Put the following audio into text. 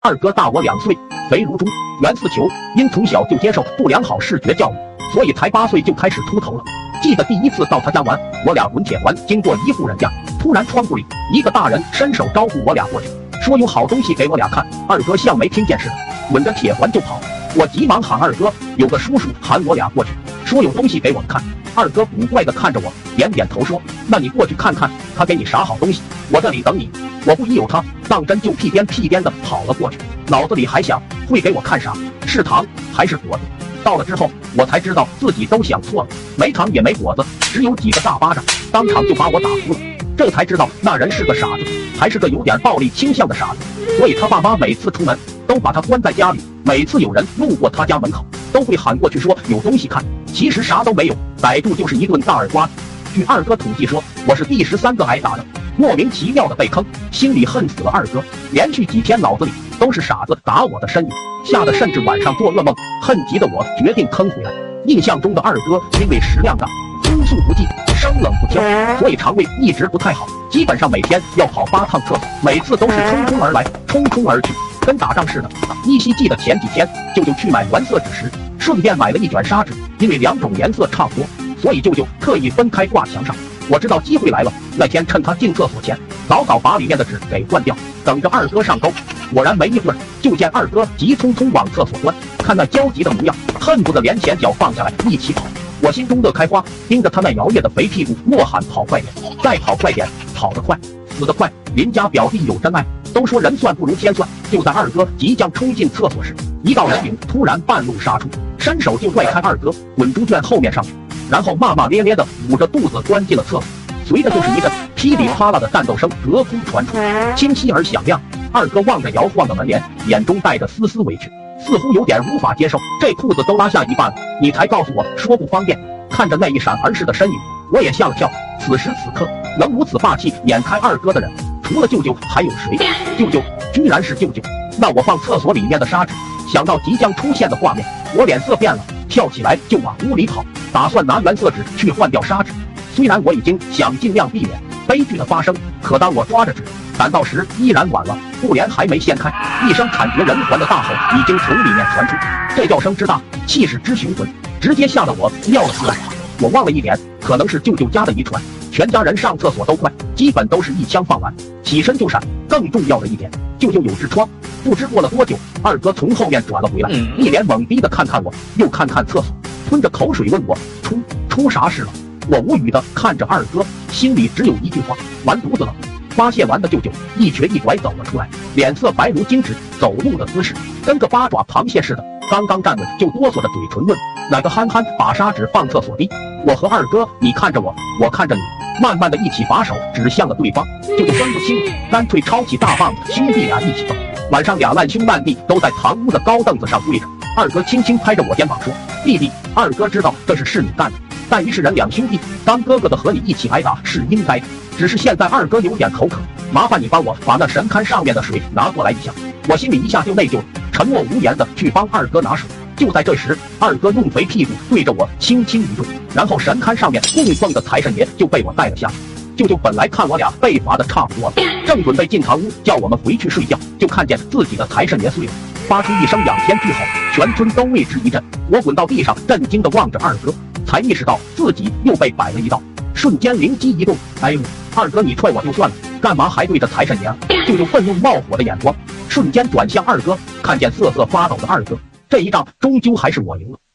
二哥大我2岁，肥如猪，圆似球，因从小就接受不良好视觉教育，所以才8岁就开始秃头了。记得第一次到他家玩，我俩滚铁环经过一户人家，突然窗户里一个大人伸手招呼我俩过去，说有好东西给我俩看。二哥像没听见似的，滚着铁环就跑。我急忙喊二哥，有个叔叔喊我俩过去，说有东西给我看。二哥古怪地看着我，点点头说：“那你过去看看，他给你啥好东西？我这里等你。”我不疑有他，当真就屁颠屁颠地跑了过去，脑子里还想会给我看啥，是糖还是果子？到了之后，我才知道自己都想错了，没糖也没果子，只有几个大巴掌，当场就把我打服了。这才知道那人是个傻子，还是个有点暴力倾向的傻子，所以他爸妈每次出门都把他关在家里，每次有人路过他家门口，都会喊过去说有东西看，其实啥都没有，逮住就是一顿大耳刮子。据二哥统计说，我是第13个挨打的，莫名其妙的被坑，心里恨死了二哥，连续几天脑子里都是傻子打我的身影，吓得甚至晚上做噩梦，恨极的我决定坑回来。印象中的二哥因为食量大，荤素不忌，生冷不挑，所以肠胃一直不太好，基本上每天要跑8趟厕所，每次都是冲冲而来，冲冲而去，跟打仗似的。依稀记得前几天舅舅去买原色纸时，顺便买了一卷砂纸，因为2种颜色差不多，所以舅舅特意分开挂墙上。我知道机会来了，那天趁他进厕所前，早早把里面的纸给换掉，等着二哥上钩。果然没一会儿，就见二哥急匆匆往厕所钻，看那焦急的模样，恨不得连前脚放下来一起跑。我心中乐开花，盯着他那摇曳的肥屁股，默喊跑快点，再跑快点，跑得快，死得快。邻家表弟有真爱，都说人算不如天算。就在二哥即将冲进厕所时，一道人影突然半路杀出，伸手就拽开二哥，滚猪圈后面上去，然后骂骂咧咧的捂着肚子钻进了厕所。随着就是一阵噼里啪啦的战斗声隔空传出，清晰而响亮。二哥望着摇晃的门帘，眼中带着丝丝委屈，似乎有点无法接受，这裤子都拉下一半了，你才告诉我说不方便。看着那一闪而逝的身影，我也吓了跳。此时此刻能如此霸气撵开二哥的人，除了舅舅还有谁？舅舅，居然是舅舅！那我放厕所里面的砂纸，想到即将出现的画面，我脸色变了，跳起来就往屋里跑，打算拿原色纸去换掉砂纸。虽然我已经想尽量避免悲剧的发生，可当我抓着纸赶到时，依然晚了。布帘还没掀开，一声惨绝人寰的大吼已经从里面传出，这叫声之大，气势之雄浑，直接吓得我尿了出来。我望了一眼，可能是舅舅家的遗传，全家人上厕所都快，基本都是一枪放完，起身就闪。更重要的一点，舅舅有痔疮。不知过了多久，二哥从后面转了回来，一脸懵逼的看看我，又看看厕所，吞着口水问我出啥事了。我无语的看着二哥，心里只有一句话：完犊子了。发泄完的舅舅一瘸一拐走了出来，脸色白如金纸，走路的姿势跟个八爪螃蟹似的，刚刚站稳就哆嗦着嘴唇问哪个憨憨把砂纸放厕所的。我和二哥你看着我，我看着你，慢慢的一起把手指向了对方。舅舅分不清，干脆抄起大棒子，兄弟俩一起蹦。晚上俩烂兄烂弟都在堂屋的高凳子上跪着，二哥轻轻拍着我肩膀说：弟弟，二哥知道这是你干的，但于是人两兄弟，当哥哥的和你一起挨打是应该的，只是现在二哥有点口渴，麻烦你帮我把那神龛上面的水拿过来一下。我心里一下就内疚，沉默无言的去帮二哥拿水。就在这时，二哥用肥屁股对着我轻轻一顿，然后神龛上面供奉的财神爷就被我带了下来。舅舅本来看我俩被罚的差不多了，正准备进堂屋叫我们回去睡觉，就看见自己的财神爷碎了，发出一声仰天巨吼，全村都为之一震。我滚到地上，震惊地望着二哥，才意识到自己又被摆了一道，瞬间灵机一动，哎呦，二哥你踹我就算了，干嘛还对着财神爷啊？舅舅愤怒冒火的眼光瞬间转向二哥，看见瑟瑟发抖的二哥，这一仗终究还是我赢了。